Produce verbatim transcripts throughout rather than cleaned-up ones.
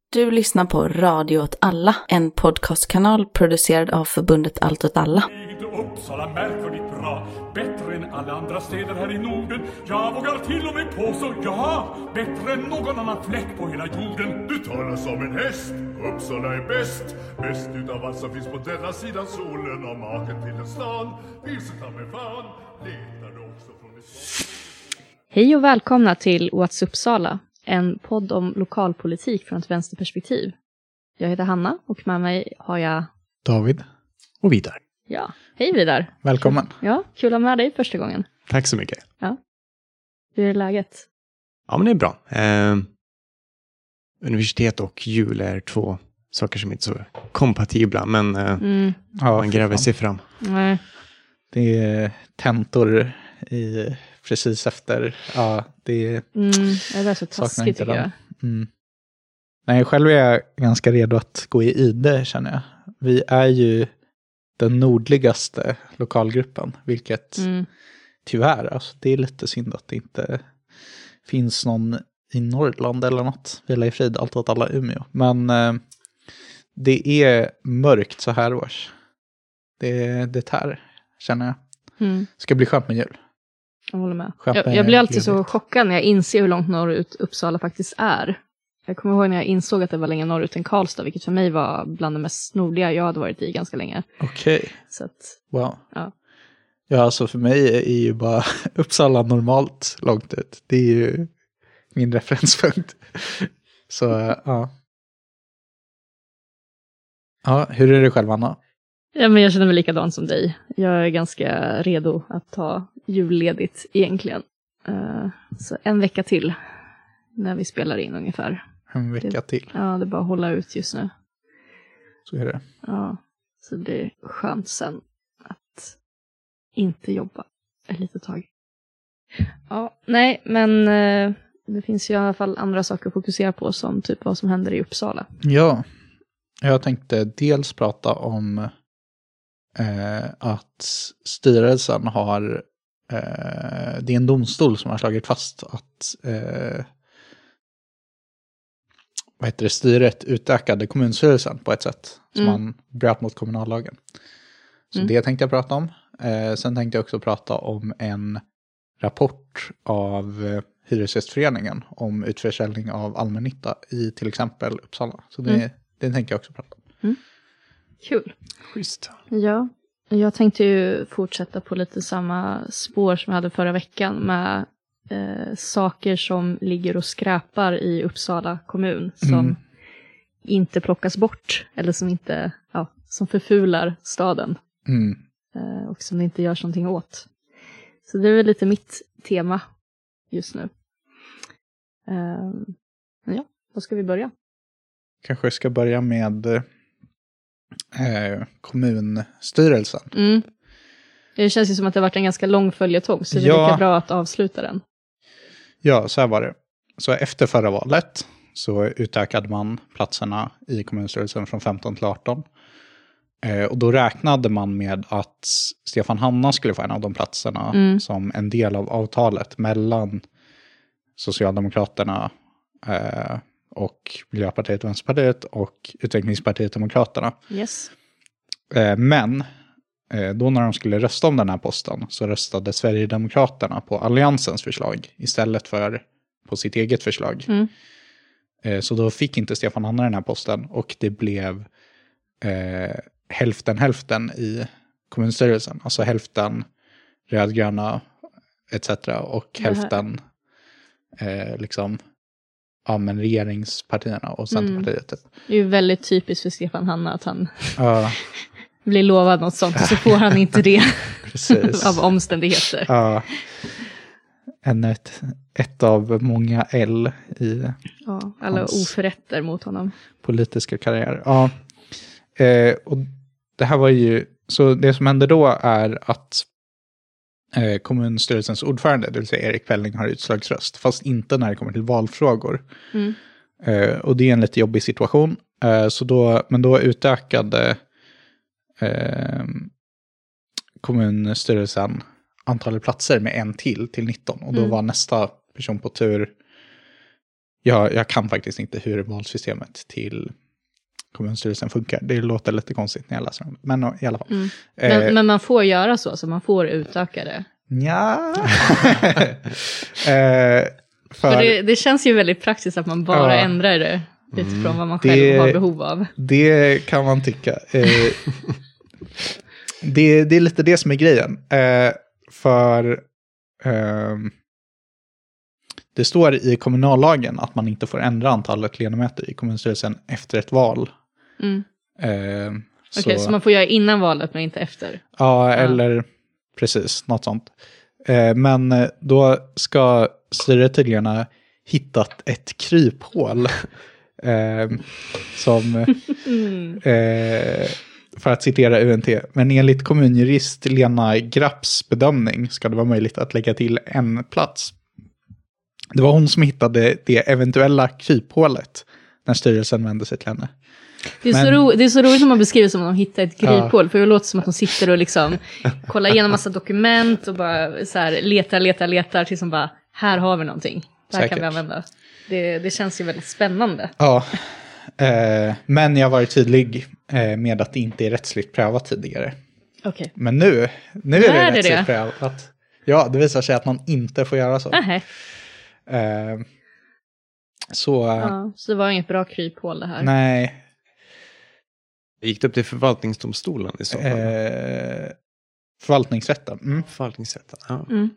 Du lyssnar på Radio åt alla, en podcastkanal producerad av förbundet Allt åt alla. Uppsala märkvärdigt bra, bättre än alla andra städer här i Norden. Jag vågar till och med påstå, ja, bättre än någon annan fläck på hela jorden. Du talar som en häst, Uppsala är bäst. Bäst utav allt som finns på denna sidan solen. Och maken till en stan, vilseta med fan, letar du också från ett... Hej och välkomna till What's Uppsala, en podd om lokalpolitik från ett vänsterperspektiv. Jag heter Hanna och med mig har jag... David och Vidar. Ja, hej Vidar. Välkommen. Ja, kul att ha med dig första gången. Tack så mycket. Ja. Hur är läget? Ja, men det är bra. Eh, universitet och jul är två saker som inte är så kompatibla, men eh, Mm. ja, man gräver sig fram. Nej. Det är tentor i, precis efter. Ja, det är, Mm, det är så saknar taskigt inte tycker jag. den. Mm. Nej, själv är jag ganska redo att gå i ide, känner jag. Vi är ju den nordligaste lokalgruppen, vilket Mm. tyvärr, alltså, det är lite synd att det inte finns någon i Norrland eller något. Vila i frid, allt åt alla Umeå. Men eh, det är mörkt så här års. Det, det tär, känner jag. Mm. Ska bli skönt med jul. Jag håller med. Skönt Jag, med jag blir alltid så ledigt. chockad när jag inser hur långt norrut Uppsala faktiskt är. Jag kommer ihåg när jag insåg att det var längre norrut än Karlstad, vilket för mig var bland det mest nordliga jag hade varit i ganska länge. Okej, Så att, wow. ja. Ja, alltså för mig är ju bara Uppsala normalt långt ut. Det är ju min referenspunkt. Så, ja. Ja, hur är det själv, Anna? Ja, men jag känner mig likadant som dig. Jag är ganska redo att ta julledigt egentligen. Uh, så en vecka till när vi spelar in ungefär. En vecka det, till. Ja, det är bara att hålla ut just nu. Så är det. Ja, så det blir skönt sen att inte jobba ett litet tag. Ja, nej, men uh, det finns ju i alla fall andra saker att fokusera på, som typ vad som händer i Uppsala. Ja, jag tänkte dels prata om eh, att styrelsen har, eh, det är en domstol som har slagit fast att eh, vad heter det, styret utökade kommunstyrelsen på ett sätt som Mm. man bröt mot kommunallagen. Så Mm. det tänkte jag prata om. Eh, sen tänkte jag också prata om en rapport av eh, Hyresgästföreningen om utförsäljning av allmännytta i till exempel Uppsala. Så det, Mm. det tänkte jag också prata om. Kul. Schysst. Ja, jag tänkte ju fortsätta på lite samma spår som jag hade förra veckan med eh, saker som ligger och skräpar i Uppsala kommun som Mm. inte plockas bort eller som inte, ja, som förfular staden Mm. eh, och som det inte görs någonting åt. Så det är väl lite mitt tema just nu. Eh, men ja, då ska vi börja. Kanske jag ska börja med eh, kommunstyrelsen. Mm. Det känns ju som att det har varit en ganska lång följetong, så det är Ja. lika bra att avsluta den. Ja, så här var det. Så efter förra valet så utökade man platserna i kommunstyrelsen från femton till arton. Eh, och då räknade man med att Stefan Hanna skulle få en av de platserna Mm. som en del av avtalet mellan Socialdemokraterna eh, och Miljöpartiet och Vänsterpartiet och Utvecklingspartiet Demokraterna. Yes. Eh, men eh, då när de skulle rösta om den här posten så röstade Sverigedemokraterna på Alliansens förslag istället för på sitt eget förslag. Mm. Eh, så då fick inte Stefan Hanna den här posten och det blev eh, hälften hälften i kommunstyrelsen. Alltså hälften rödgröna et cetera och Det här- hälften eh, liksom ja, men regeringspartierna och Centerpartiet. Typ. Det är ju väldigt typiskt för Stefan Hanna att han Ja, blir lovad något sånt och så får han inte det precis. av omständigheter. Ja, en ett, ett av många L i Ja, alla Hans- oförrätter mot honom. politiska karriär. Ja, eh, och det här var ju, så det som hände då är att eh, kommunstyrelsens ordförande, det vill säga Erik Pelling, har utslagsröst, fast inte när det kommer till valfrågor. Mm. Eh, och det är en lite jobbig situation. Eh, så då, men då utökade eh, kommunstyrelsen antalet platser med en till till nitton. Och då Mm. var nästa person på tur jag, jag kan faktiskt inte hur valsystemet till kommunstyrelsen funkar. Det låter lite konstigt när jag läser om det. Men i alla fall. Mm. Men, eh, men man får göra så, så man får utöka det. Ja. eh, för, för det, det känns ju väldigt praktiskt att man bara ja, ändrar det utifrån mm, vad man det, själv har behov av. Det kan man tycka. Eh, det, det är lite det som är grejen. Eh, för eh, det står i kommunallagen att man inte får ändra antalet ledamöter i kommunstyrelsen efter ett val. Mm. Eh, Okej, okay, så, så man får göra innan valet men inte efter? Ja, ja. Eller precis, något sånt. Eh, men då ska styret tydligen ha hittat ett kryphål eh, som, eh, för att citera U N T, men enligt kommunjurist Lena Grapps bedömning ska det vara möjligt att lägga till en plats. Det var hon som hittade det eventuella kryphålet när styrelsen vände sig till henne. Det är, men, så ro, det är så roligt som man beskriver som att de hittar ett kryphål. Ja. För det låter som att de sitter och liksom kollar igenom massa dokument och bara så här letar, letar, letar tills de bara, här har vi någonting. Det här säkert. Kan vi använda. Det, det känns ju väldigt spännande. Ja, eh, men jag har varit tydlig eh, med att det inte är rättsligt prövat tidigare. Okay. Men nu, nu är det, är det rättsligt det? prövat. Ja, det visar sig att man inte får göra så. Nähä. Eh, så, ja, så det var inget bra kryphål det här. Nej. Gick det upp till förvaltningsdomstolen i så fall? Eh, förvaltningsrätten. Mm. Förvaltningsrätten, ja. Mm.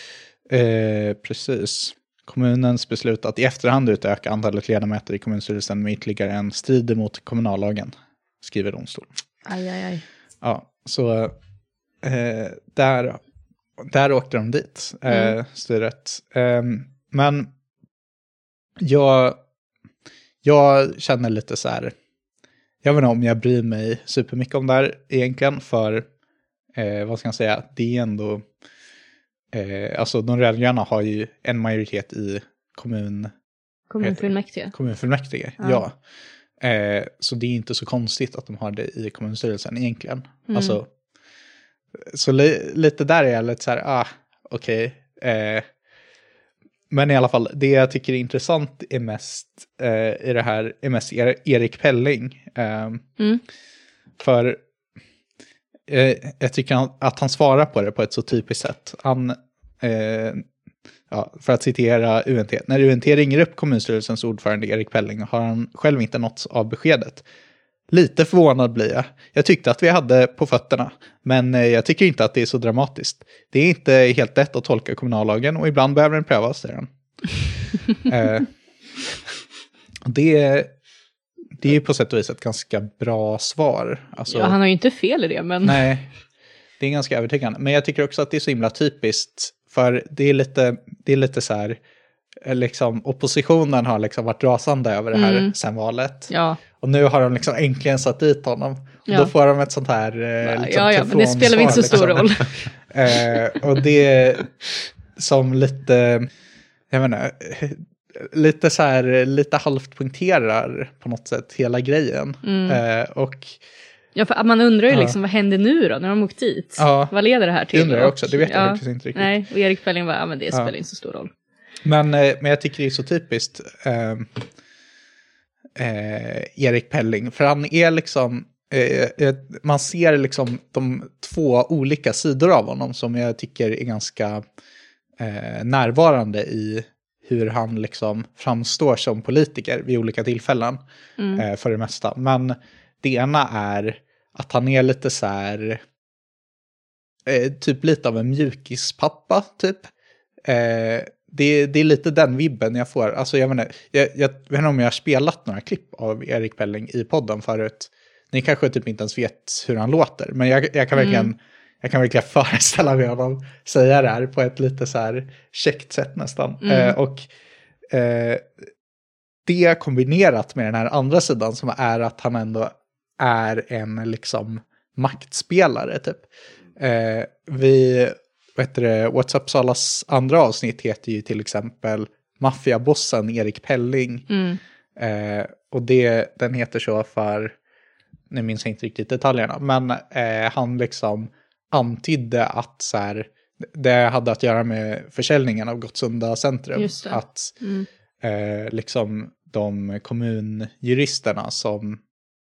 Eh, precis. Kommunens beslut att i efterhand utöka antalet ledamöter i kommunstyrelsen med ytterligare en strider mot kommunallagen, skriver domstolen. Aj, aj, aj. Ja, så eh, där, där åkte de dit, eh, mm. styret. Eh, men jag, jag känner lite så här, jag vet inte om jag bryr mig supermycket om det här egentligen, för eh, vad ska jag säga, det är ändå, eh, alltså de rödgröna har ju en majoritet i kommun, kommunfullmäktige. Kommunfullmäktige, ja. ja. Eh, så det är inte så konstigt att de har det i kommunstyrelsen egentligen. Mm. Alltså, så li, lite där är jag lite så här, ah, okej. Okay. Eh, men i alla fall, det jag tycker är intressant är mest eh, i det här, är mest Erik Pelling. Eh, mm. För eh, jag tycker att han svarar på det på ett så typiskt sätt. Han, eh, ja, för att citera U N T, när U N T ringer upp kommunstyrelsens ordförande Erik Pelling har han själv inte nåtts av beskedet. Lite förvånad blir jag. Jag tyckte att vi hade på fötterna, men jag tycker inte att det är så dramatiskt. Det är inte helt lätt att tolka kommunallagen och ibland behöver den prövas, säger han. eh, det, det är på sätt och vis ett ganska bra svar. Alltså, ja, han har ju inte fel i det, men... Nej, det är ganska övertygande. Men jag tycker också att det är så himla typiskt, för det är lite, det är lite så här, liksom, oppositionen har liksom varit rasande över det här mm. sen valet. Ja. Och nu har de liksom äntligen satt dit honom. Och ja. Då får de ett sånt här eh, liksom, ja, ja, men det spelar väl inte så stor liksom. roll. eh, och det är som lite, jag menar, lite så här, lite halvt punkterar på något sätt hela grejen. Mm. Eh, och ja, för man undrar ju ja. liksom, vad händer nu då när de åkt dit? Ja. Vad leder det här till? Det undrar jag också, det vet jag ja. faktiskt inte riktigt. Nej, och Erik Pelling var, ja men det ja. spelar inte så stor roll. Men, eh, men jag tycker det är så typiskt eh, eh, Erik Pelling. För han är liksom, eh, man ser liksom de två olika sidor av honom som jag tycker är ganska eh, närvarande i hur han liksom framstår som politiker vid olika tillfällen mm. eh, för det mesta. Men det ena är att han är lite så här, eh, typ lite av en mjukispappa typ. Eh, Det, det är lite den vibben jag får. Alltså jag menar, jag, jag vet inte om jag har spelat några klipp av Erik Pelling i podden förut. Ni kanske typ inte ens vet hur han låter. Men jag, jag, kan, verkligen, mm. jag kan verkligen föreställa mig honom säga det här på ett lite så här käckt sätt nästan. Mm. Eh, och eh, det kombinerat med den här andra sidan som är att han ändå är en liksom maktspelare typ. Eh, vi... Vet du, What's Up Salas andra avsnitt heter ju till exempel Maffiabossen Erik Pelling. Mm. Eh, och det, den heter så för, nu minns jag inte riktigt detaljerna, men eh, han liksom antydde att så här, det hade att göra med försäljningen av Gottsunda centrum. Just det. Att mm. eh, liksom de kommunjuristerna som,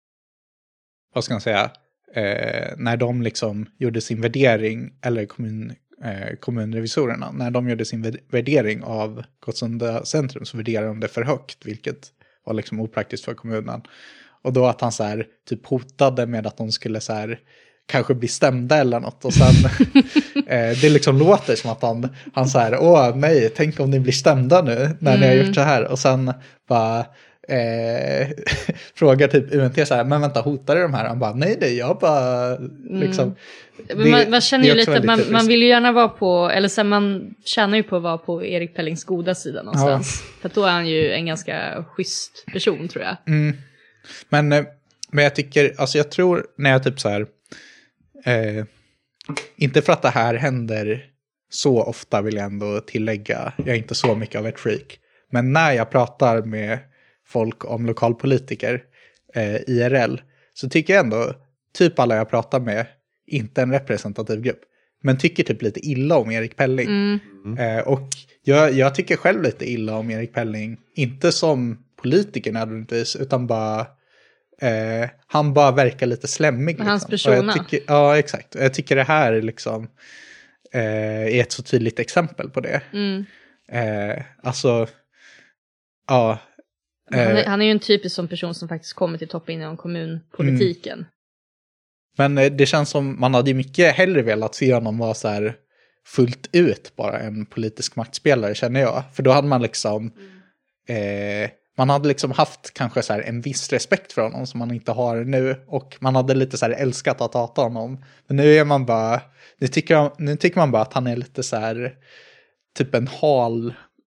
vad ska man säga, eh, när de liksom gjorde sin värdering, eller kommun, eh, kommunrevisorerna, när de gjorde sin värdering av Gottsunda centrum så värderade de det för högt, vilket var liksom opraktiskt för kommunen. Och då att han så här typ hotade med att de skulle så här kanske bli stämda eller något. Och sen eh, det liksom låter som att han, han så här, åh nej, tänk om ni blir stämda nu när mm. ni har gjort så här. Och sen bara eh, frågar typ U N T så här, men vänta, hotar de här? Han bara, nej det, jag bara liksom. Mm. Det, man, man känner ju lite att man, man vill ju gärna vara på, eller så man tjänar ju på att vara på Erik Pellings goda sida någonstans. Ja. För då är han ju en ganska schysst person, tror jag. Mm. Men, men jag tycker, alltså jag tror när jag typ så här, eh, inte för att det här händer så ofta vill jag ändå tillägga, jag är inte så mycket av ett freak, men när jag pratar med folk om lokalpolitiker eh, I R L så tycker jag ändå, typ alla jag pratar med, inte en representativ grupp, men tycker typ lite illa om Erik Pelling. Mm. Eh, och jag, jag tycker själv lite illa om Erik Pelling, inte som politiker nödvändigtvis, utan bara eh, han bara verkar lite slemmig. Liksom. Hans persona. Tycker, ja, exakt. Jag tycker det här liksom eh, är ett så tydligt exempel på det. Mm. Eh, alltså, ja. Han är, han är ju en typisk sån person som faktiskt kommer till toppen inom kommunpolitiken. Mm. Men eh, det känns som man hade mycket hellre velat se honom vara så här fullt ut bara en politisk maktspelare, känner jag. För då hade man liksom mm. eh, man hade liksom haft kanske så här en viss respekt för honom som man inte har nu. Och man hade lite så här älskat att hata honom. Men nu är man bara, nu tycker, nu tycker man bara att han är lite så här typ en hal,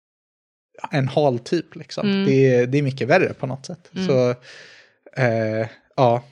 en hal typ liksom. Mm. Det, det är mycket värre på något sätt. Mm. Så eh, ja.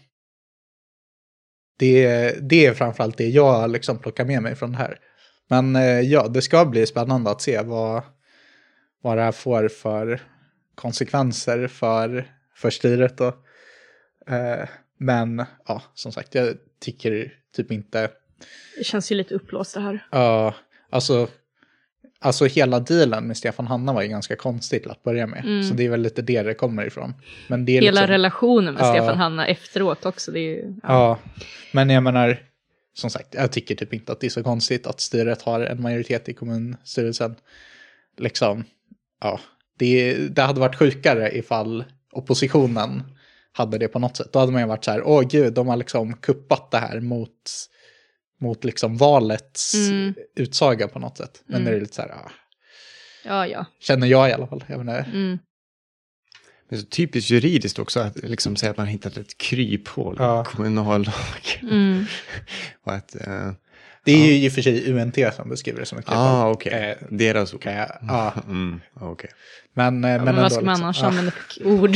Det, det är framförallt det jag liksom plockar med mig från det här. Men eh, ja, det ska bli spännande att se vad, vad det här får för konsekvenser för, för styret. Då. Eh, men ja, som sagt, jag tycker typ inte... Det känns ju lite upplåst det här. Ja, uh, alltså, alltså hela dealen med Stefan Hanna var ju ganska konstigt att börja med. Mm. Så det är väl lite det det kommer ifrån. Men det är hela liksom, relationen med uh, Stefan Hanna efteråt också. Det är ju, ja. ja, men jag menar... Som sagt, jag tycker typ inte att det är så konstigt att styret har en majoritet i kommunstyrelsen. Liksom, ja. Det, det hade varit sjukare ifall oppositionen hade det på något sätt. Då hade man ju varit så här, åh gud, de har liksom kuppat det här mot, mot liksom valets mm. utsaga på något sätt. Men mm. det är lite så här, ja. Ja, ja. Känner jag i alla fall. Jag menar. Mm. Men så typiskt juridiskt också att liksom säga att man hittat ett kryphål ja. i kommunallag. Mm. Och att, uh, det är ja. ju i och för sig U N T som beskriver det som ett kryphål. Ah, okej. Okay. Eh, Deras ord. Ja. Ah. Mm, okay. Men, ja, men, men vad ska man liksom, annars använda för ord?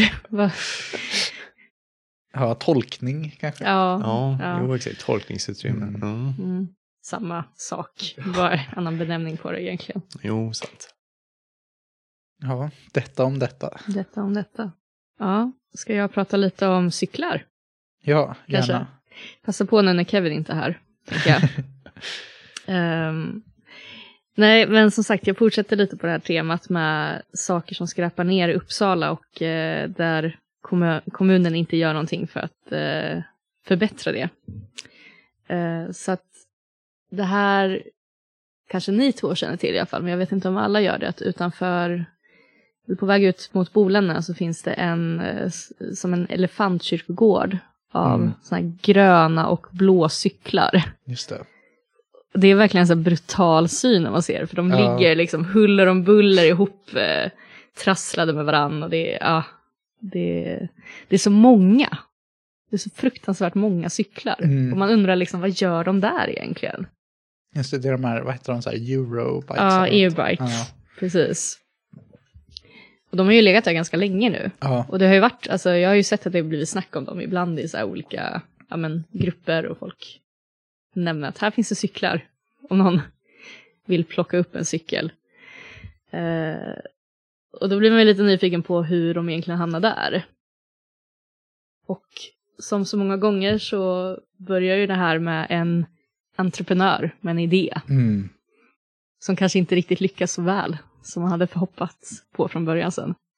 Ja, tolkning kanske. Ja, ja, ja. Jo, exakt. Tolkningsutrymme. Mm. Mm. Mm. Samma sak. Bara annan benämning på det egentligen. Jo, sant. Ja, detta om detta. Detta om detta. Ja, ska jag prata lite om cyklar? Ja, gärna. Kanske. Passa på nu när Kevin inte är här, tänker jag. um, nej, men som sagt, jag fortsätter lite på det här temat med saker som skräpar ner i Uppsala och uh, där kommun- kommunen inte gör någonting för att uh, förbättra det. Uh, så att det här kanske ni två känner till i alla fall, men jag vet inte om alla gör det, att utanför, på väg ut mot Bolänna så finns det en som en elefantkyrkogård av mm. såna här gröna och blå cyklar. Just det. Det är verkligen en så brutal syn när man ser det, för de ja. ligger liksom huller om buller ihop, eh, trasslade med varann, och det är, ja, det, det är så många. Det är så fruktansvärt många cyklar. Mm. Och man undrar liksom, vad gör de där egentligen? Just det, det är de här, vad heter de, så här Eurobikes? Ja, e-bike. Ja. Precis. Och de har ju legat där ganska länge nu. Ja. Och det har ju varit, alltså jag har ju sett att det har blivit snack om dem ibland i så här olika, ja men, grupper, och folk nämner att här finns det cyklar. Om någon vill plocka upp en cykel. Eh, och då blir man ju lite nyfiken på hur de egentligen hamnar där. Och som så många gånger så börjar ju det här med en entreprenör med en idé. Mm. Som kanske inte riktigt lyckas så väl som man hade förhoppats på från början sen.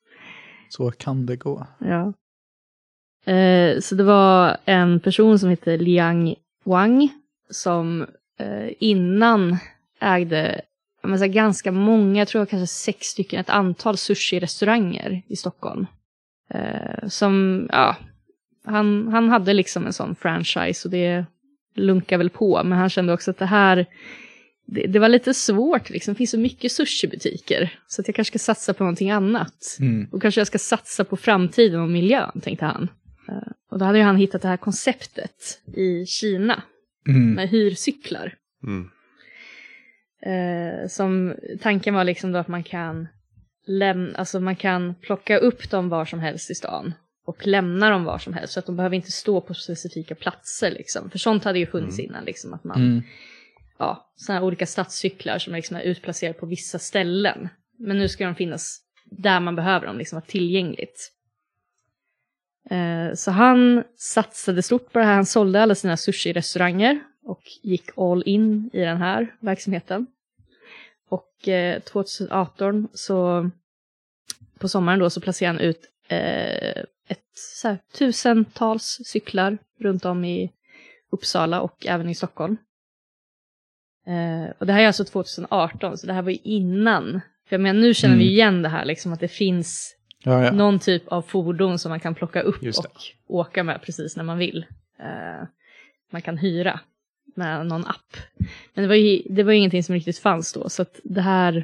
Så kan det gå. Ja. Eh, så det var en person som heter Liang Wang som eh, innan ägde jag menar, ganska många, jag tror kanske sex stycken, ett antal sushi-restauranger i Stockholm. Eh, som, ja, han, han hade liksom en sån franchise och det lunkar väl på, men han kände också att det här Det, det var lite svårt, liksom. Det finns så mycket sushi-butiker. Så att jag kanske ska satsa på någonting annat. Mm. Och kanske jag ska satsa på framtiden och miljön, tänkte han. Uh, och då hade ju han hittat det här konceptet i Kina. Mm. Med hyrcyklar. Mm. Uh, som tanken var liksom då att man kan lämna, alltså man kan plocka upp dem var som helst i stan. Och lämna dem var som helst. Så att de behöver inte stå på specifika platser, liksom. För sånt hade ju funnits mm. innan, liksom. Att man... Mm. Ja, sådana här olika stadscyklar som liksom är utplacerade på vissa ställen. Men nu ska de finnas där man behöver dem, liksom vara tillgängligt. Eh, så han satsade stort på det här. Han sålde alla sina sushi-restauranger och gick all in i den här verksamheten. Och eh, tjugoarton så på sommaren då så placerade han ut eh, ett så här, tusentals cyklar runt om i Uppsala och även i Stockholm. Uh, och det här är alltså tjugoarton, så det här var ju innan. För jag menar, nu känner mm. vi igen det här, liksom, att det finns ja, ja. någon typ av fordon som man kan plocka upp Just det. och åka med precis när man vill. Uh, man kan hyra med någon app. Men det var ju, det var ju ingenting som riktigt fanns då, så att det här...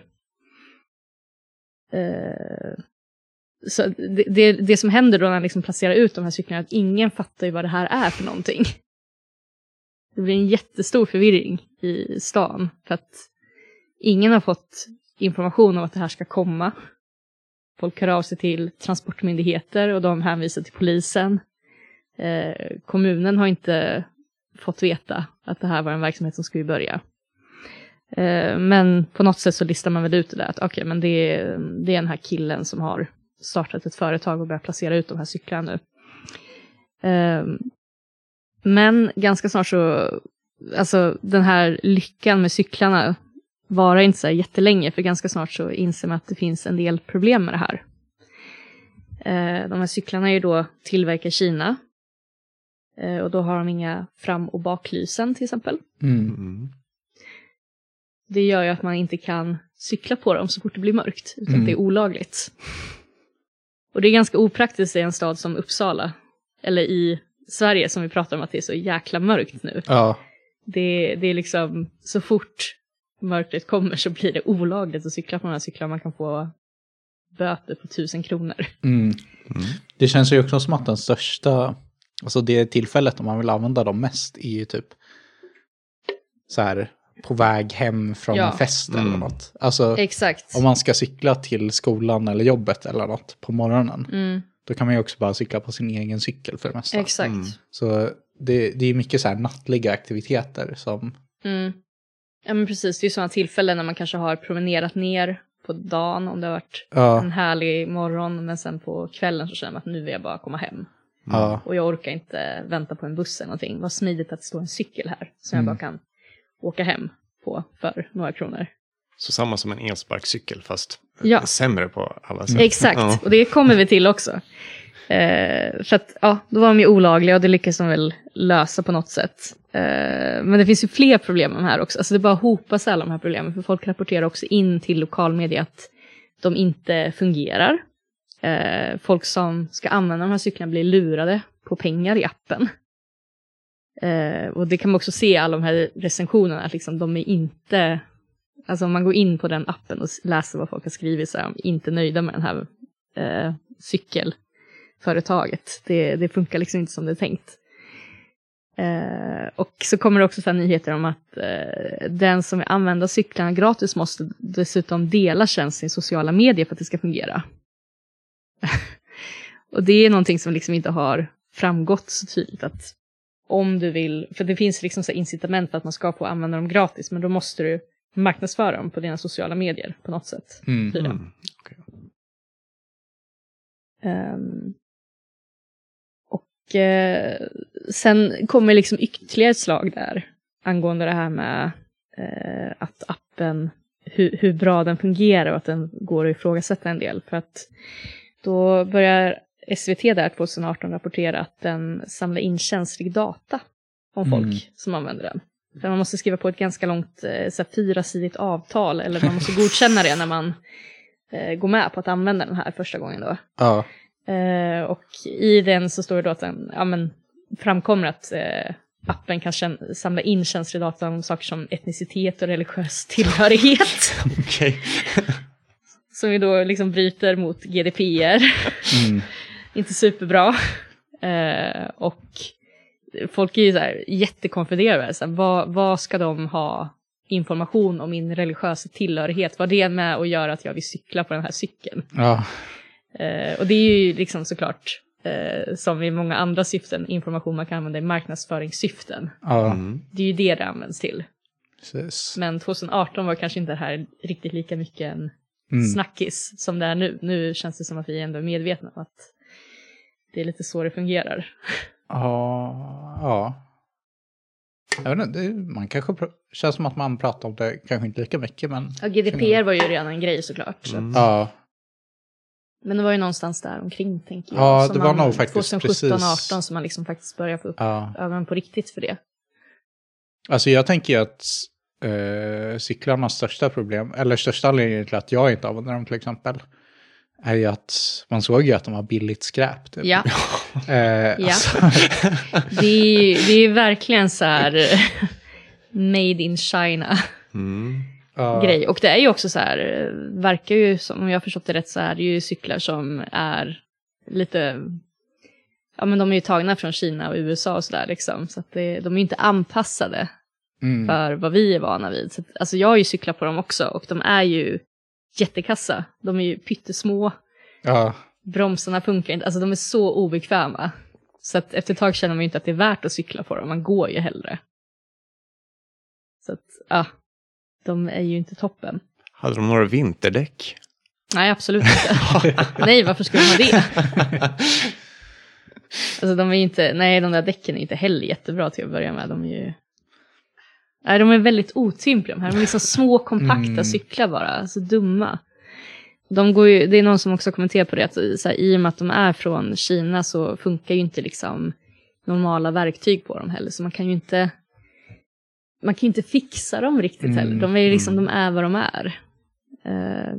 Uh, så det, det, det som händer då när man liksom placerar ut de här cyklarna är att ingen fattar ju vad det här är för någonting. Det blir en jättestor förvirring i stan. För att ingen har fått information om att det här ska komma. Folk hör av sig till transportmyndigheter och de hänvisar till polisen. Eh, kommunen har inte fått veta att det här var en verksamhet som skulle börja. Eh, men på något sätt så listar man väl ut det där. Att okej, okay, men det är, det är den här killen som har startat ett företag och börjat placera ut de här cyklarna nu. Eh, Men ganska snart så, alltså den här lyckan med cyklarna varar inte så här jättelänge, för ganska snart så inser man att det finns en del problem med det här. Eh, de här cyklarna är ju då tillverkade i Kina. Eh, och då har de inga fram- och baklysen till exempel. Mm. Mm. Det gör ju att man inte kan cykla på dem så fort det blir mörkt, utan Mm. det är olagligt. Och det är ganska opraktiskt i en stad som Uppsala, eller i Sverige som vi pratar om att det är så jäkla mörkt nu. Ja. Det, det är liksom, så fort mörkret kommer så blir det olagligt att cykla på de här cyklarna. Man kan få böter på tusen kronor. Mm. Mm. Det känns ju också som att den största, alltså det tillfället om man vill använda dem mest är ju typ så här på väg hem från Ja. en fest eller Mm. något. Alltså Exakt. om man ska cykla till skolan eller jobbet eller något på morgonen. Mm, Då kan man ju också bara cykla på sin egen cykel för det mesta. exakt. Mm. Så det, det är mycket så här nattliga aktiviteter som... Mm. Ja men precis, det är ju sådana tillfällen när man kanske har promenerat ner på dagen om det har varit Ja, en härlig morgon, men sen på kvällen så känner man att nu vill jag bara komma hem. ja, Och jag orkar inte vänta på en buss eller någonting. Vad smidigt att det står en cykel här som Mm. jag bara kan åka hem på för några kronor. Så samma som en elsparkcykel, fast Ja. sämre på alla sätt. Exakt, Ja. och det kommer vi till också. Eh, för att, ja, då var de ju olagliga och det lyckas de väl lösa på något sätt. Eh, men det finns ju fler problem med de här också. Alltså det bara hopas alla de här problemen. För folk rapporterar också in till lokalmedia att de inte fungerar. Eh, folk som ska använda de här cyklarna blir lurade på pengar i appen. Eh, och det kan man också se i alla de här recensionerna. Att liksom de är inte... Alltså om man går in på den appen och läser vad folk har skrivit så är de inte nöjda med den här eh, cykelföretaget. Det, det funkar liksom inte som det är tänkt. Eh, och så kommer det också så här nyheter om att eh, den som vill använda cyklarna gratis måste dessutom dela tjänsten i sociala medier för att det ska fungera. Och det är någonting som liksom inte har framgått så tydligt att om du vill, för det finns liksom så här incitament för att man ska få använda dem gratis, men då måste du marknadsföra dem på dina sociala medier på något sätt. Mm. tydligen. Mm. Okej. Um, och uh, sen kommer liksom ytterligare ett slag där angående det här med uh, att appen, hu- hur bra den fungerar och att den går att ifrågasätta en del. För att Då börjar S V T där tjugoarton rapportera att den samlar in känslig data om folk Mm. som använder den. För man måste skriva på ett ganska långt eh, så här, fyrasidigt avtal, eller man måste godkänna det när man eh, går med på att använda den här första gången då. Ja. Eh, och i den så står det då att den ja, men, framkommer att eh, appen kan kän- samla in känslig data om saker som etnicitet och religiös tillhörighet. Okej. Som ju då liksom bryter mot G D P R. Mm. Inte superbra. Eh, och folk är ju så här jättekonfunderade. Så här, vad, vad ska de ha information om min religiösa tillhörighet? Vad det är med att göra att jag vill cykla på den här cykeln? Ja. Eh, och det är ju liksom såklart, eh, som i många andra syften, information man kan använda i marknadsföringssyften. Ja. Mm. Det är ju det det används till. Precis. Men tjugoarton var kanske inte det här riktigt lika mycket en Mm. snackis som det är nu. Nu känns det som att vi ändå är medvetna om att det är lite så det fungerar. Ja. Ja. Jag vet inte, det, man kanske pr- känns som att man pratar om det kanske inte lika mycket, men Ja, G D P R var ju redan en grej såklart. Så. Mm. ja. Men det var ju någonstans där omkring, tänker jag. Ja, som det var man, nog faktiskt tjugosjutton precis. arton som man liksom faktiskt börjar få upp Ja. ögonen på riktigt för det. Alltså jag tänker ju att eh, cyklarnas största problem, eller största anledningen till att jag inte använder dem till exempel, är ju att man såg ju att de var billigt skräp. Typ. Ja, Eh, ja. alltså, det är ju det är ju verkligen så här made in China Mm. ja. grej. Och det är ju också så här, verkar ju som, om jag har förstått det rätt, så är det ju cyklar som är lite, ja men de är ju tagna från Kina och U S A och sådär liksom. Så att det, de är ju inte anpassade Mm. för vad vi är vana vid. Så att, alltså jag har ju cyklat på dem också och de är ju jättekassa. De är ju pyttesmå, Ja. bromsarna funkar inte, alltså de är så obekväma. Så att efter ett tag känner man ju inte att det är värt att cykla på dem, man går ju hellre. Så att, ja, de är ju inte toppen. Hade de några vinterdäck? Nej, absolut inte. Nej, varför skulle de ha det? Alltså de är ju inte, nej de där däcken är inte heller jättebra till att börja med. De är ju, nej de är väldigt otympliga de här. De är liksom små, kompakta Mm. cyklar bara, alltså dumma. De går ju, det är någon som också kommenterar på det, att så här, i och med att de är från Kina så funkar ju inte liksom normala verktyg på dem heller. Så man kan ju inte, man kan ju inte fixa dem riktigt Mm. heller. De är ju liksom, Mm. de är vad de är. Uh,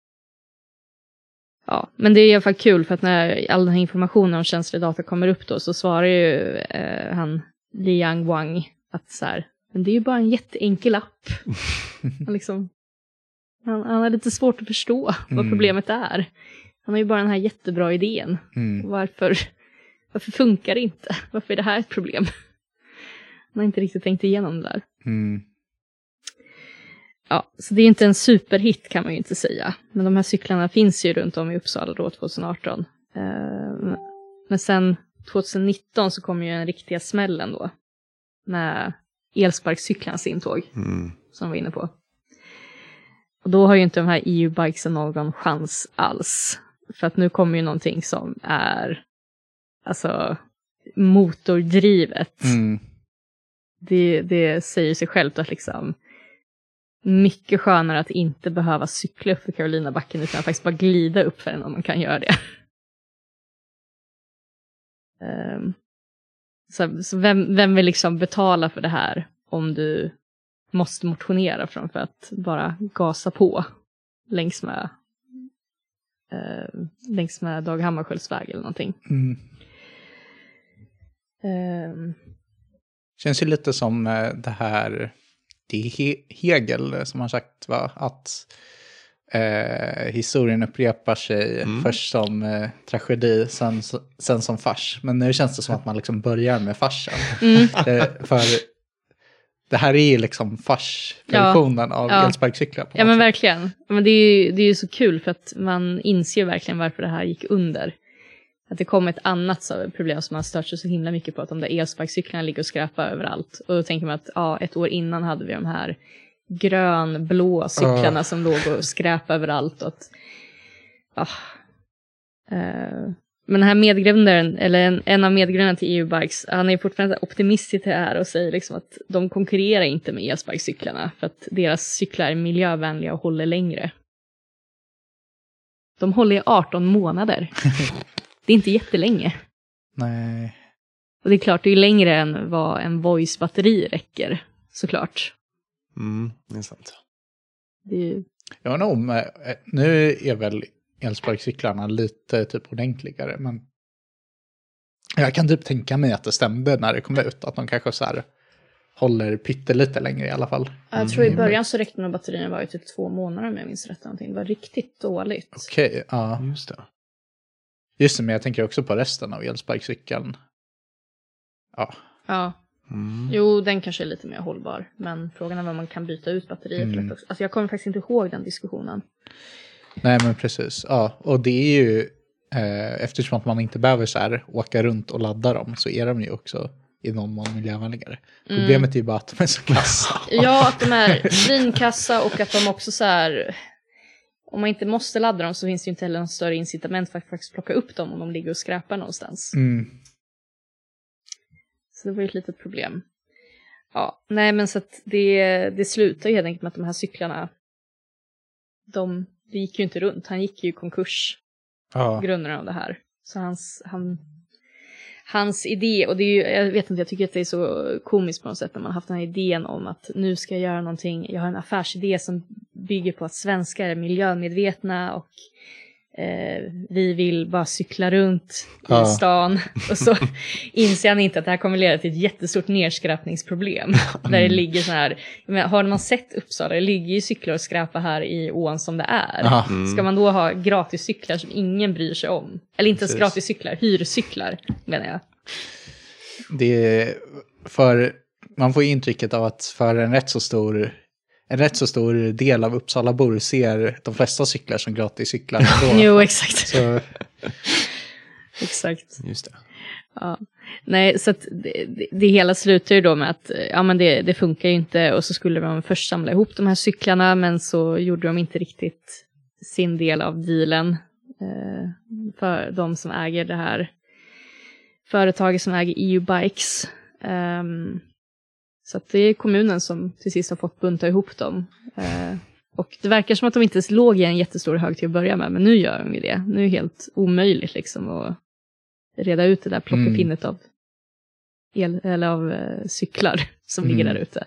ja, men det är i alla fall kul för att när all den här informationen om känslig data kommer upp då så svarar ju uh, han Liang Wang att så här, men det är ju bara en jätteenkel app. Han liksom, han, han har lite svårt att förstå vad Mm. problemet är. Han har ju bara den här jättebra idén. Mm. Varför, varför funkar det inte? Varför är det här ett problem? Han har inte riktigt tänkt igenom det där. Mm. Ja, så det är inte en superhit kan man ju inte säga. Men de här cyklarna finns ju runt om i Uppsala då tjugoarton. Eh, men sen tjugonitton så kom ju en riktiga smällen då. Med elsparkcyklarnas intåg. Mm. Som vi var inne på. Och då har ju inte de här E U-bikesen någon chans alls. För att nu kommer ju någonting som är alltså motordrivet. Mm. Det, det säger sig självt att liksom mycket skönare att inte behöva cykla upp för Karolinabacken utan faktiskt bara glida upp för den om man kan göra det. um, så så vem, vem vill liksom betala för det här om du måste motionera framför att bara gasa på längs med uh, längs med Dag Hammarskjölds väg eller någonting. Mm. Um, Känns ju lite som eh, det här, det är He- Hegel som har sagt va, att eh, historien upprepar sig Mm. först som eh, tragedi, sen, sen som fars. Men nu känns det som att man liksom börjar med farsen. mm, Det, för det här är ju liksom farsversionen av ja. elsparkcyklar. På ja något men sätt. verkligen. Men det är ju det är ju så kul för att man inser verkligen varför det här gick under. Att det kom ett annat så, problem som man stört sig så himla mycket på. Att de där elsparkcyklarna ligger och skräpar överallt. Och då tänker man att ja, ett år innan hade vi de här grön-blå cyklarna Ja. som låg och skräpade överallt. Och att, ja. Eh, men den här medgrundaren, eller en, en av medgrundarna till E U-bikes, han är fortfarande optimistisk till det här och säger liksom att de konkurrerar inte med elsparkcyklarna. För att deras cyklar är miljövänliga och håller längre. De håller i arton månader. Det är inte jättelänge. Nej. Och det är klart, det är längre än vad en voice-batteri räcker. Såklart. Mm, det är sant. Det är ju... Jag vet inte om, nu är väl elsparkcyklarna lite typ ordentligare, men jag kan typ tänka mig att det stämde när det kom ut, att de kanske så här håller pyttelite längre i alla fall. Jag tror i början så räckte nog batterierna var ju typ två månader om jag minns rätt. Någonting. Det var riktigt dåligt. Okej, okay, ja. Just det. Just det, men jag tänker också på resten av elsparkcykeln. Ja. Ja. Mm. Jo, den kanske är lite mer hållbar. Men frågan är vad man kan byta ut batteriet Mm. rätt också. Alltså jag kommer faktiskt inte ihåg den diskussionen. Nej, men precis. Ja, och det är ju eh, eftersom att man inte behöver så här åka runt och ladda dem, så är de ju också i någon mån miljövänligare. Mm. Problemet är ju bara att de är så kassa. Ja, att de är svinkassa och att de också så här... Om man inte måste ladda dem så finns det ju inte heller någon större incitament för att faktiskt plocka upp dem om de ligger och skräpar någonstans. Mm. Så det var ju ett litet problem. Ja, nej men så att det, det slutar ju helt enkelt med att de här cyklarna, de, det gick ju inte runt. Han gick ju i konkurs, Ja. grunden av det här. Så hans, han, hans idé, och det är ju, jag vet inte, jag tycker att det är så komiskt på något sätt när man har haft den här idén om att nu ska jag göra någonting. Jag har en affärsidé som bygger på att svenskar är miljömedvetna och eh, vi vill bara cykla runt i Ja. stan. Och så inser han inte att det här kommer leda till ett jättestort nedskräpningsproblem. Där det ligger så här, men har man sett Uppsala, det ligger ju cyklar och skräpa här i ån som det är. Ja. Mm. Ska man då ha gratis cyklar som ingen bryr sig om? Eller inte ens Precis. gratis cyklar, hyrcyklar menar jag. Det är för man får ju intrycket av att för en rätt så stor en rätt så stor del av Uppsalabor ser de flesta cyklar som gratis cyklar ändå. Jo, exakt. Så Exakt. Just det. Ja. Nej, så att det, det, det hela slutar ju då med att ja, men det, det funkar ju inte, och så skulle de först samla ihop de här cyklarna, men så gjorde de inte riktigt sin del av dealen eh, för de som äger det här företaget som äger E U-bikes. Um, så att det är kommunen som till sist har fått bunta ihop dem. Uh, och det verkar som att de inte ens låg i en jättestor hög till att börja med, men nu gör de ju det. Nu är det helt omöjligt liksom att reda ut det där plockepinnet mm. av, el, eller av uh, cyklar som mm. ligger där ute.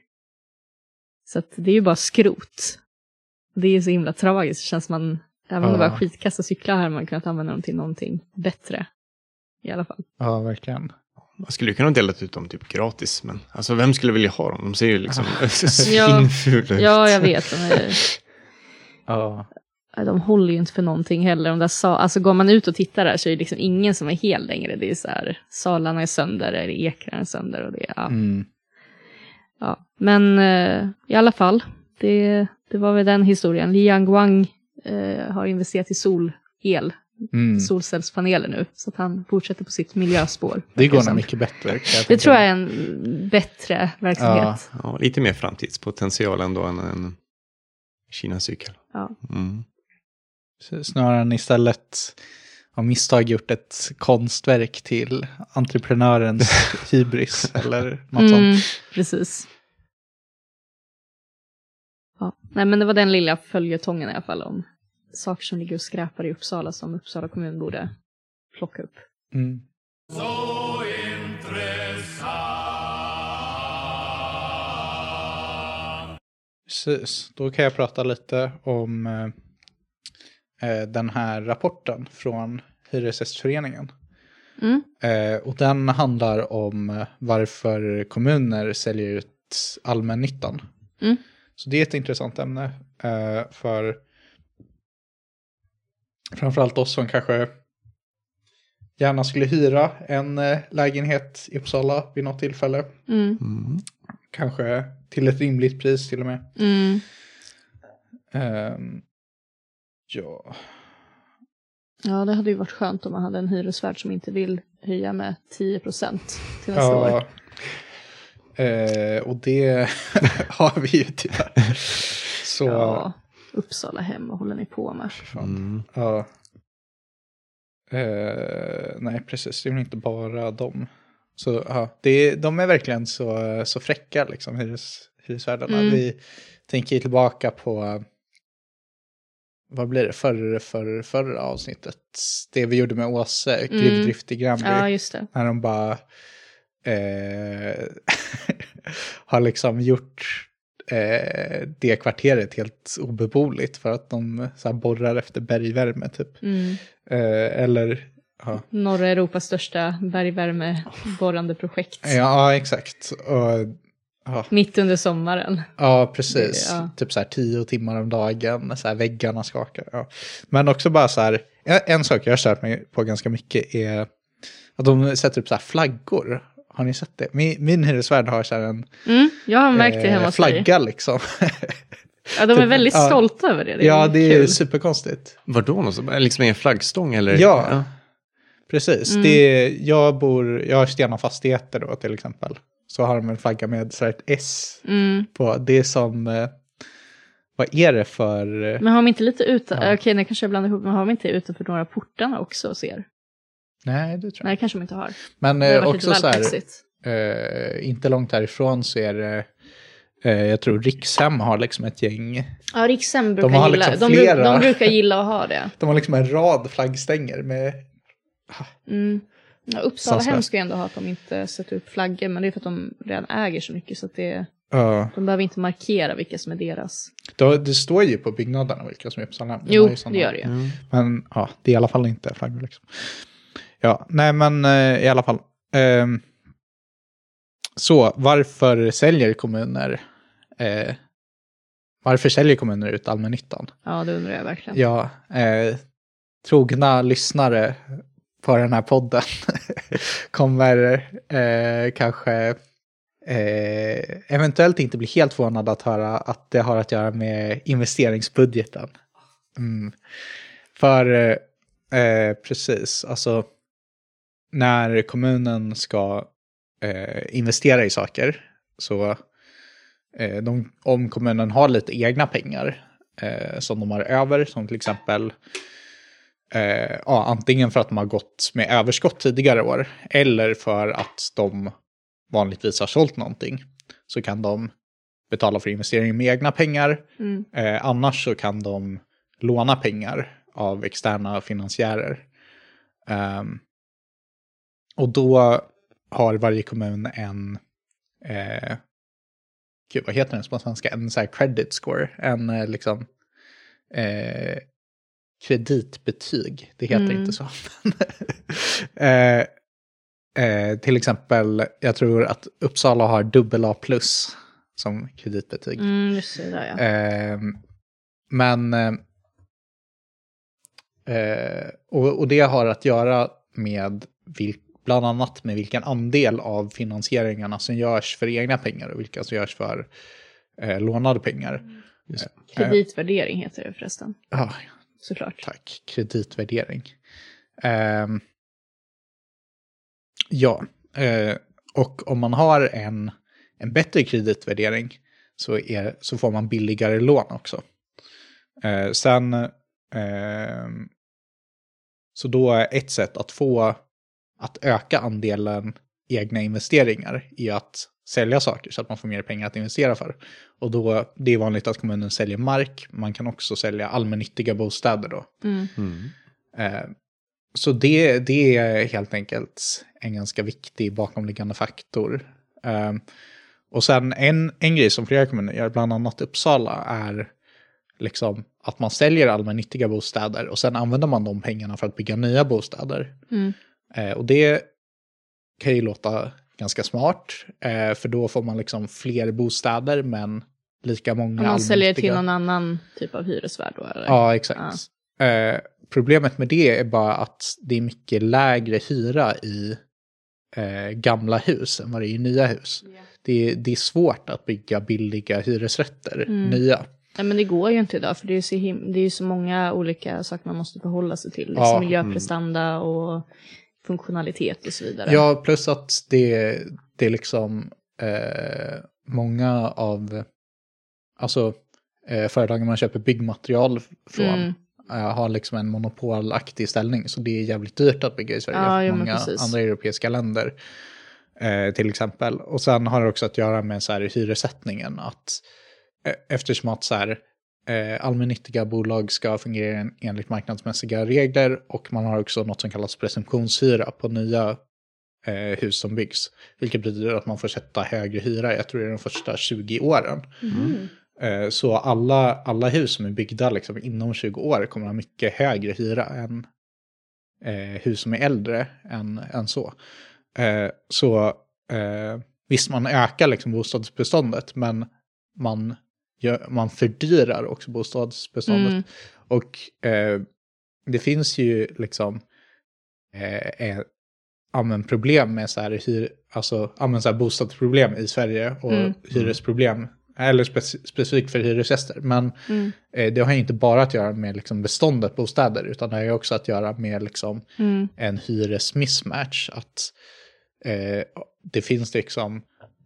Så att det är ju bara skrot. Det är så himla tragiskt. Det känns som man, även om ja. det var skitkassa cyklar här, man kunnat använda dem till någonting bättre. I alla fall. Ja, verkligen. Man skulle ju kunna dela ut dem typ gratis, men alltså vem skulle vilja ha dem? De ser ju liksom ja. svinfula ut. Ja, jag vet. De, är, ja. de håller ju inte för någonting heller. De där sa, alltså går man ut och tittar där så är det liksom ingen som är hel längre. Det är så här, salarna är sönder eller ekrar är sönder. Och det, ja. Mm. Ja. Men eh, i alla fall, det, det var väl den historien. Liang Guang eh, har investerat i solel. Mm. solcellspaneler nu, så att han fortsätter på sitt miljöspår. Det går nog mycket bättre. Det tror jag är en bättre verksamhet. Ja, ja, lite mer framtidspotential ändå än en Kina-cykel. Ja. Mm. Snarare än istället av misstag gjort ett konstverk till entreprenörens hybris eller något mm, sånt. Precis. Ja. Nej, men det var den lilla följetongen i alla fall om saker som ligger och skräpar i Uppsala som Uppsala kommun borde plocka upp. Mm. Så intressant. Precis, då kan jag prata lite om eh, den här rapporten från Hyresgästföreningen. Mm. Eh, och den handlar om varför kommuner säljer ut allmännyttan. Mm. Så det är ett intressant ämne eh, för framförallt oss som kanske gärna skulle hyra en eh, lägenhet i Uppsala vid något tillfälle. Mm. Mm. Kanske till ett rimligt pris till och med. Mm. Um, ja. Ja, det hade ju varit skönt om man hade en hyresvärd som inte vill höja med tio procent till nästa ja. år. Uh, och det har vi ju tyvärr. Så... Ja, Uppsala hem, vad håller ni på med? Mm. Ja. Uh, nej, precis. Det är inte bara dem. Så ja, det, de är verkligen så, så fräcka, liksom, hyres, hyresvärdarna. Mm. Vi tänker tillbaka på vad blir det, förra, förra, förra avsnittet. Det vi gjorde med Åse, gruvdrift i Granby. Ja, just det. När de bara eh, har liksom gjort eh, det kvarteret helt obeboeligt för att de så här, borrar efter bergvärme typ. Mm. Eh, eller... Ja. Norra Europas största bergvärmeborrande projekt. Ja, ja exakt. Och, ja. Mitt under sommaren. Ja, precis. Det, ja. Typ så här tio timmar om dagen. Så här väggarna skakar. Ja. Men också bara så här. En sak jag har kört mig på ganska mycket är att de sätter upp så här flaggor. Har ni sett det? Min, min hyresvärd har så här en mm, jag har märkt det hemma eh, hos flagga liksom. Ja, de är typ, väldigt ja. stolta över det. Det är ja, det är kul. superkonstigt. Vadå någonstans? Liksom en flaggstång eller? Ja. ja. Precis, Mm. det är, jag bor, jag har Stena Fastigheter då till exempel. Så har de en flagga med så här ett S Mm. på. Det är som, eh, vad är det för... Men har de inte lite ute, Ja. okej nu kanske jag blandar ihop, men har de inte ute för några portarna också och ser? Nej, det tror jag. Nej, kanske de inte har. Men Det har eh, varit också lite så väl här, plötsligt. eh, inte långt härifrån så är det, eh, jag tror Rikshem har liksom ett gäng. Ja, Rikshem brukar har gilla, liksom de, bru- flera. de brukar gilla att ha det. De har liksom en rad flaggstänger med... Mm. Ja, Uppsala Som hem ska- ska ju ändå ha att de inte sätter upp flaggor, men det är för att de redan äger så mycket så att det, Ja, de behöver inte markera vilka som är deras. då, det står ju på byggnaderna vilka som är Uppsala hem. De Jo, har ju såna- det gör det ju. Mm. Men ja, det är i alla fall inte flaggor liksom. Ja, nej men eh, i alla fall. Ehm, så, varför säljer kommuner eh, varför säljer kommuner ut allmännyttan? Ja, det undrar jag verkligen. Ja, eh, trogna lyssnare på den här podden kommer eh, kanske eh, eventuellt inte bli helt förvånade att höra att det har att göra med investeringsbudgeten. Mm. För eh, precis, alltså när kommunen ska eh, investera i saker så eh, de, om kommunen har lite egna pengar eh, som de har över, som till exempel eh, ja, antingen för att de har gått med överskott tidigare år eller för att de vanligtvis har sålt någonting, så kan de betala för investering med egna pengar. Mm. Eh, annars så kan de låna pengar av externa finansiärer. Um, och då har varje kommun en, eh, gud, vad heter den på svenska? En så här credit score. En eh, liksom eh, kreditbetyg. Det heter Mm. inte så. eh, eh, till exempel, jag tror att Uppsala har dubbel A plus som kreditbetyg. Mm, just det där, ja. Eh, men eh, och, och det har att göra med vil, bland annat med vilken andel av finansieringarna som görs för egna pengar och vilka som görs för eh, lånade pengar. Just. Kreditvärdering heter det förresten. Ja, Såklart. tack. Kreditvärdering. Eh, ja, eh, och om man har en, en bättre kreditvärdering så, är, så får man billigare lån också. Eh, sen, eh, så då är ett sätt att få att öka andelen egna investeringar i att sälja saker så att man får mer pengar att investera för. Och då, det är vanligt att kommunen säljer mark. Man kan också sälja allmännyttiga bostäder då. Mm. Mm. Eh, så det, det är helt enkelt en ganska viktig bakomliggande faktor. Eh, och sen en, en grej som flera kommuner gör, bland annat Uppsala, är liksom att man säljer allmännyttiga bostäder och sen använder man de pengarna för att bygga nya bostäder. Mm. Eh, och det kan ju låta ganska smart, eh, för då får man liksom fler bostäder men lika många Om man säljer allmännyttiga. till någon annan typ av hyresvärd då, eller? Ja, exakt. Eh, problemet med det är bara att det är mycket lägre hyra i eh, gamla hus än vad det är i nya hus. Yeah. Det, det är svårt att bygga billiga hyresrätter, Mm. nya. Nej, men det går ju inte idag, för det är ju så, him- det är ju så många olika saker man måste förhålla sig till. Liksom Ja, miljöprestanda och funktionalitet och så vidare. Ja, plus att det, det är liksom eh, många av alltså eh, företagen man köper byggmaterial från Mm. eh, har liksom en monopolaktig ställning, så det är jävligt dyrt att bygga i Sverige. Ja, jo, men många precis. andra europeiska länder eh, till exempel. Och sen har det också att göra med så här hyressättningen, att eh, eftersom att så här, eh, allmännyttiga bolag ska fungera en, enligt marknadsmässiga regler, och man har också något som kallas presumtionshyra på nya eh, hus som byggs. Vilket betyder att man får sätta högre hyra, jag tror det är de första tjugo åren. Mm. Eh, så alla, alla hus som är byggda liksom, inom tjugo år kommer ha mycket högre hyra än eh, hus som är äldre än, än så. Eh, så eh, visst, man ökar liksom bostadsbeståndet, men man, gör, man fördyrar också bostadsbeståndet. Mm. Och eh, det finns ju liksom eh, eh, amen, problem med så här, hyr, alltså, amen, så här bostadsproblem i Sverige och mm. hyresproblem, eller spec- specifikt för hyresgäster. Men mm. eh, det har ju inte bara att göra med liksom, beståndet bostäder, utan det har ju också att göra med liksom, mm. en hyresmismatch. Att eh, det finns liksom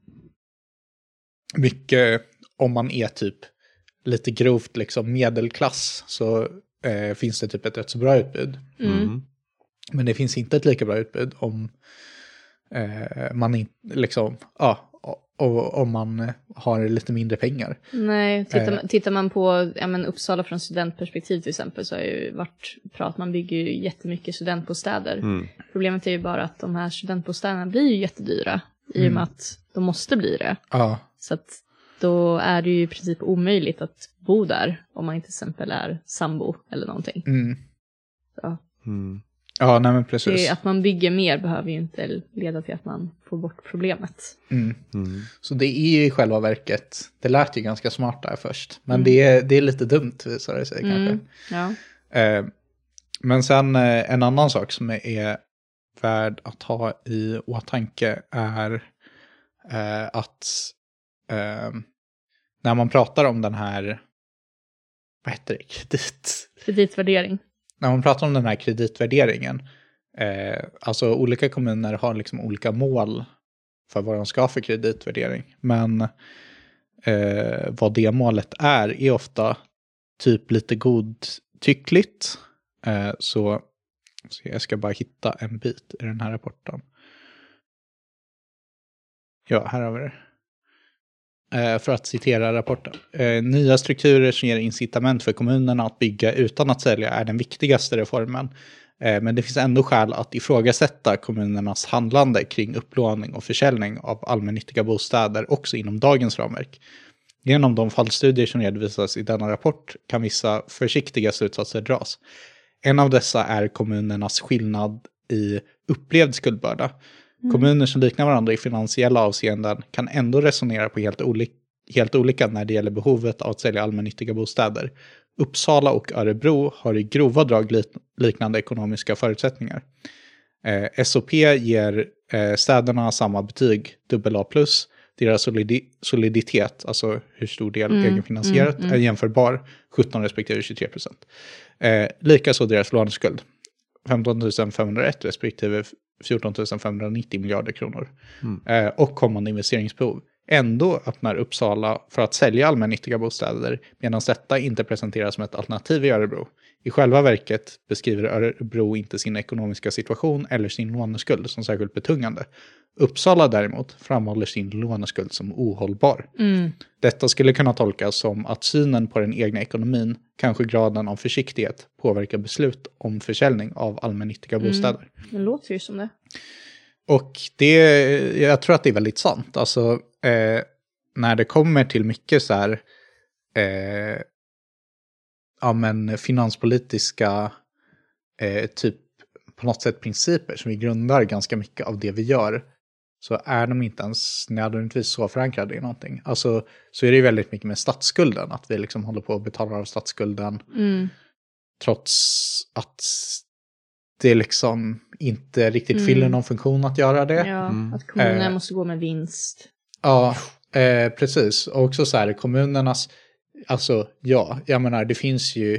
mycket, om man är typ lite grovt liksom medelklass, så eh, finns det typ ett rätt så bra utbud. Mm. Men det finns inte ett lika bra utbud om eh, man inte liksom, ja, och om man har lite mindre pengar. Nej, tittar man, tittar man på ja, men Uppsala från studentperspektiv till exempel, så har ju varit prat, man bygger ju jättemycket studentbostäder. Mm. Problemet är ju bara att de här studentbostäderna blir ju jättedyra i och med mm. att de måste bli det. Ja. Så att då är det ju i princip omöjligt att bo där om man inte till exempel är sambo eller någonting. Mm. Så. Mm. Ja, nej men precis. Det, att man bygger mer behöver ju inte leda till att man får bort problemet. Mm. Mm. Så det är ju i själva verket, det lät ju ganska smart där först. Men mm. det, är, det är lite dumt, visar det sig mm. kanske. Ja. Eh, men sen eh, en annan sak som är värd att ha i åtanke är eh, att eh, när man pratar om den här, vad heter det, kredit? Kreditvärdering. När man pratar om den här kreditvärderingen, eh, alltså olika kommuner har liksom olika mål för vad de ska ha för kreditvärdering. Men eh, vad det målet är är ofta typ lite godtyckligt. Eh, så, så jag ska bara hitta en bit i den här rapporten. Ja, här har vi det. För att citera rapporten. Nya strukturer som ger incitament för kommunerna att bygga utan att sälja är den viktigaste reformen. Men det finns ändå skäl att ifrågasätta kommunernas handlande kring upplåning och försäljning av allmännyttiga bostäder också inom dagens ramverk. Genom de fallstudier som redovisas i denna rapport kan vissa försiktiga slutsatser dras. En av dessa är kommunernas skillnad i upplevd skuldbörda. Mm. Kommuner som liknar varandra i finansiella avseenden kan ändå resonera på helt, oli- helt olika när det gäller behovet av att sälja allmännyttiga bostäder. Uppsala och Örebro har i grova drag lik- liknande ekonomiska förutsättningar. Eh, S O P ger eh, städerna samma betyg, dubbel A plus. Deras solidi- soliditet, alltså hur stor del mm, egenfinansierat, mm, mm. är jämförbar, sjutton respektive tjugotre procent. Eh, Likaså deras låneskuld, femton tusen femhundraett respektive fjorton tusen femhundranittio miljarder kronor. Mm. Eh, och kommande investeringsbehov. Ändå öppnar Uppsala för att sälja allmännyttiga bostäder, medan detta inte presenteras som ett alternativ i Örebro. I själva verket beskriver Örebro inte sin ekonomiska situation eller sin låneskuld som särskilt betungande. Uppsala däremot framhåller sin låneskuld som ohållbar. Mm. Detta skulle kunna tolkas som att synen på den egna ekonomin, kanske graden av försiktighet, påverkar beslut om försäljning av allmännyttiga mm. bostäder. Det låter ju som det. Och det, jag tror att det är väldigt sant. Alltså, eh, när det kommer till mycket så här eh, ja, men finanspolitiska eh, typ på något sätt principer som vi grundar ganska mycket av det vi gör, så är de inte ens nödvändigtvis så förankrade i någonting. Alltså, så är det ju väldigt mycket med statsskulden, att vi liksom håller på att betala av statsskulden mm. trots att det liksom inte riktigt mm. fyller någon funktion att göra det. Ja, mm. att kommunerna eh, måste gå med vinst. Ja, eh, precis. Och också så här, kommunernas, alltså ja, jag menar det finns ju,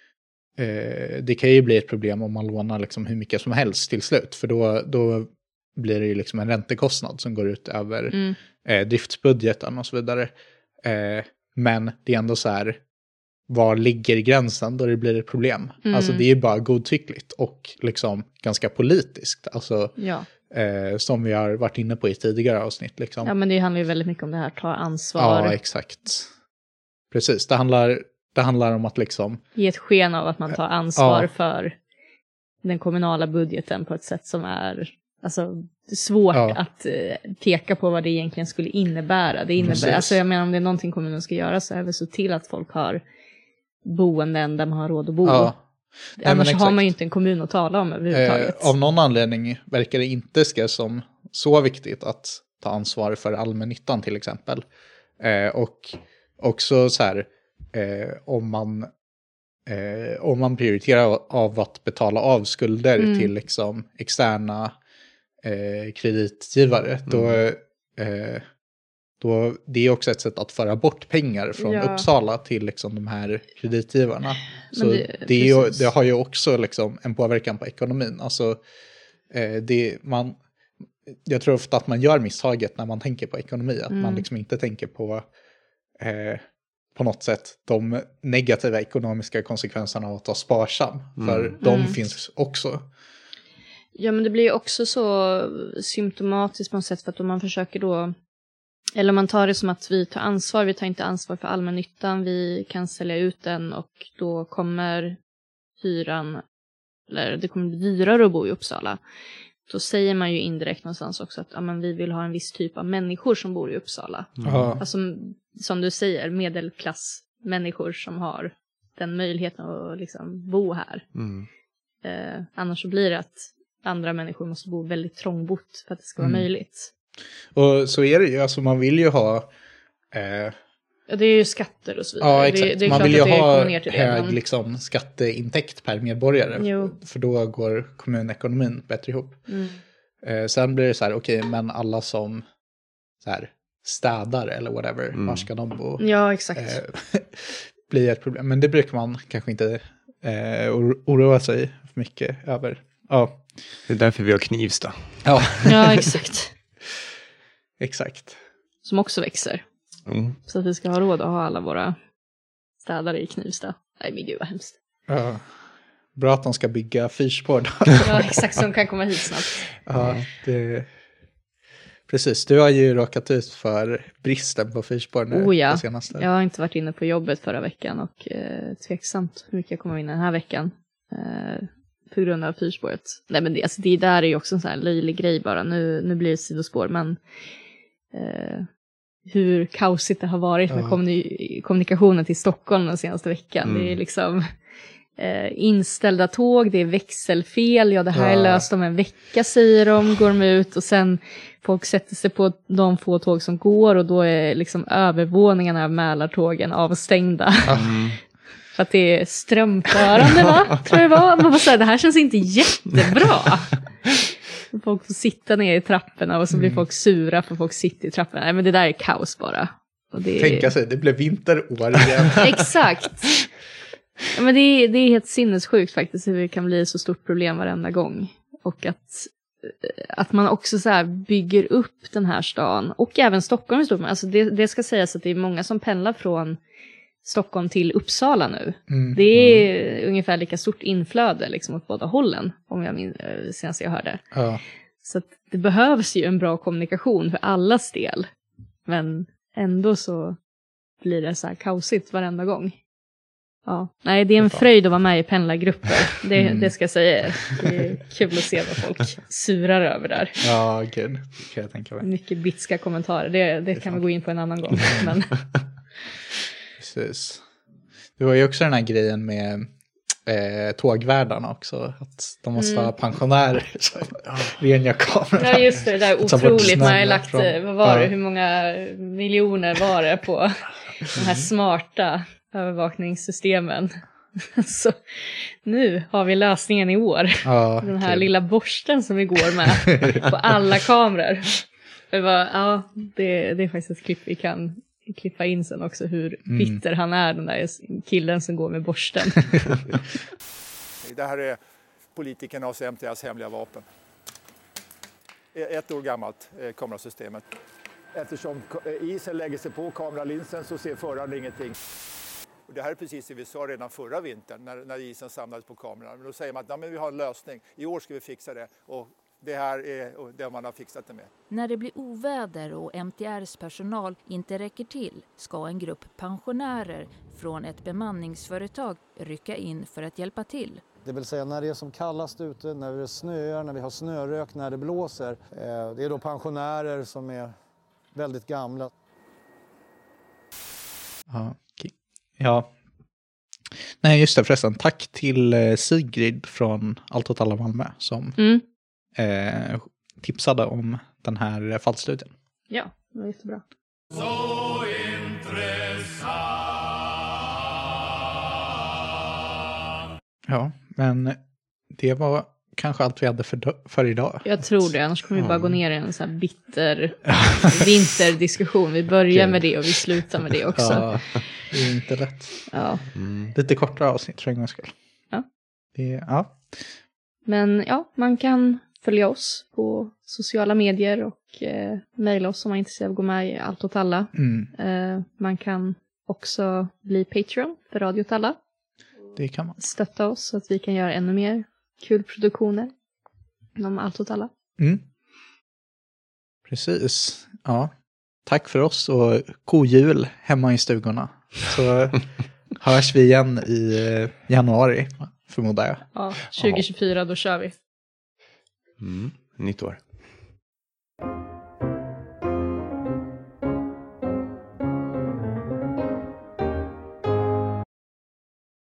eh, det kan ju bli ett problem om man lånar liksom hur mycket som helst till slut. För då, då blir det ju liksom en räntekostnad som går ut över mm. eh, driftsbudgeten och så vidare. Eh, men det är ändå så här, var ligger gränsen då det blir ett problem? Mm. Alltså det är ju bara godtyckligt och liksom ganska politiskt. Alltså ja. eh, som vi har varit inne på i tidigare avsnitt. Liksom. Ja, men det handlar ju väldigt mycket om det här, ta ansvar. Ja, exakt. Precis, det handlar Det handlar om att liksom... Ge ett sken av att man tar ansvar ja. för den kommunala budgeten på ett sätt som är alltså, svårt ja. att eh, peka på vad det egentligen skulle innebära. Det innebär, alltså, jag menar om det är någonting kommunen ska göra så är det så till att folk har boenden där man har råd att bo. Ja. Annars Nej, har man ju inte en kommun att tala om överhuvudtaget. Eh, av någon anledning verkar det inte ska som så viktigt att ta ansvar för allmännyttan till exempel. Eh, och också så här, eh, om man eh, om man prioriterar av att betala av skulder mm. till liksom externa eh, kreditgivare, mm. då, eh, då det är också ett sätt att föra bort pengar från ja. Uppsala till liksom de här kreditgivarna. Så det, det, är ju, det har ju också liksom en påverkan på ekonomin. Alltså, eh, det, man, jag tror ofta att man gör misstaget när man tänker på ekonomi. Att mm. man liksom inte tänker på eh, på något sätt de negativa ekonomiska konsekvenserna av att vara sparsam. Mm. För de mm. finns också. Ja, men det blir ju också så symptomatiskt på något sätt, för att om man försöker då, eller om man tar det som att vi tar ansvar, vi tar inte ansvar för allmännyttan, vi kan sälja ut den och då kommer hyran, eller det kommer bli dyrare att bo i Uppsala. Då säger man ju indirekt någonstans också att ja, men vi vill ha en viss typ av människor som bor i Uppsala. Mm. Alltså som du säger, medelklassmänniskor som har den möjligheten att liksom bo här. Mm. Eh, annars så blir det att andra människor måste bo väldigt trångbott för att det ska vara mm. möjligt. Och så är det ju, alltså man vill ju ha... Eh... Ja, det är ju skatter och så vidare. Ja, exakt. Det, det är man klart vill ju att det ha ner till hög det, men... liksom, skatteintäkt per medborgare. Jo. För då går kommunekonomin bättre ihop. Mm. Eh, sen blir det så här, okej, okay, men alla som så här, städar eller whatever, mm. var ska de bo? Ja, exakt. Eh, blir ett problem. Men det brukar man kanske inte eh, oroa sig för mycket över. Ja. Det är därför vi har Knivsta. Ja, ja exakt. Exakt. Som också växer. Mm. Så att vi ska ha råd att ha alla våra städare i Knivsta. Nej, men gud vad hemskt. Ja. Bra att de ska bygga fyrspår då. Ja, exakt, som kan komma hit snabbt. Ja, det... Precis, du har ju råkat ut för bristen på fyrspår nu. Oh ja, det senaste. Jag har inte varit inne på jobbet förra veckan och eh, tveksamt hur mycket jag kommer in den här veckan. Eh, på grund av fyrspåret. Nej, men det, alltså, det där är ju också en sån här löjlig grej bara. Nu, nu blir det sidospår, men eh, hur kaosigt det har varit med ja. kommuni- kommunikationen till Stockholm den senaste veckan. Mm. Det är liksom eh, inställda tåg, det är växelfel. Ja, det här ja. är löst om en vecka, säger de, går de ut. Och sen folk sätter sig på de få tåg som går och då är liksom övervåningarna av Mälartågen avstängda. Mm. För att det är strömförande, va? Tror jag det var. Man bara säga, det här känns inte jättebra. Folk får sitta ner i trapporna och så blir folk sura för folk sitter i trapporna. Nej, men det där är kaos bara. Och det är... Tänka sig, det blev vinterår igen. Exakt. Ja, men det är, det är helt sinnessjukt faktiskt hur det kan bli så stort problem varenda gång. Och att, att man också så här bygger upp den här stan. Och även Stockholm. Alltså det, det ska sägas att det är många som pendlar från Stockholm till Uppsala nu. Mm, det är mm. ungefär lika stort inflöde liksom åt båda hållen, om jag minns senast jag hörde. Ja. Så att det behövs ju en bra kommunikation för allas del. Men ändå så blir det så här kaosigt varenda gång. Ja, nej, det är en fröjd att vara med i pendlargrupper. Det, mm. det ska jag säga. Det är kul att se vad folk surar över där. Ja, gud. Det kan jag tänka mig. Mycket bitska kommentarer. Det, det, det kan vi gå in på en annan gång. Men... Precis. Det var ju också den här grejen med eh, tågvärdarna också. Att de måste mm. vara pensionärer. Rena kameror. Ja, just det. Det där otroligt. Man har lagt, från, vad var det? Ja. Hur många miljoner var det på de här smarta övervakningssystemen? Så nu har vi lösningen i år. Ja, den här kul. Lilla borsten som vi går med på alla kameror. Det, var, ja, det, det är faktiskt ett klipp vi kan klippa in sen också, hur bitter mm. han är, den där killen som går med borsten. Det här är politikernas och M T S hemliga vapen. Ett år gammalt eh, kamerasystemet. Eftersom isen lägger sig på kameralinsen så ser föraren ingenting. Och det här är precis det vi sa redan förra vintern när, när isen samlades på kameran. Men då säger man att ja, men vi har en lösning. I år ska vi fixa det. Och Det här är det man har fixat det med. När det blir oväder och M T R:s personal inte räcker till ska en grupp pensionärer från ett bemanningsföretag rycka in för att hjälpa till. Det vill säga när det är som kallast ute, när det snöar, när vi har snörök, när det blåser. Det är då pensionärer som är väldigt gamla. Ja, okay. Ja. Nej, just det förresten. Tack till Sigrid från Allt åt alla Malmö som Mm. eh, tipsade om den här fallstudien. Ja, det var jättebra. Så intressant. Ja, men det var kanske allt vi hade för, för idag. Jag tror det, annars kommer vi bara gå ner i en sån här bitter vinterdiskussion. Vi börjar Okej. med det och vi slutar med det också. Ja, det är inte lätt. Ja. Mm. Lite kortare avsnitt för en gångs skull. Ja. Det, ja. Men ja, man kan följa oss på sociala medier och eh, mejla oss om man är intresserad av att gå med i Allt åt alla. Mm, Eh, man kan också bli Patreon för Radio åt alla. det kan man. Stötta oss så att vi kan göra ännu mer kul produktioner om Allt åt alla. Mm. Precis. Ja. Tack för oss och god jul hemma i stugorna. Så hörs vi igen i januari, förmodar jag. Ja, tjugo tjugofyra, då kör vi. Mm. Nytt år.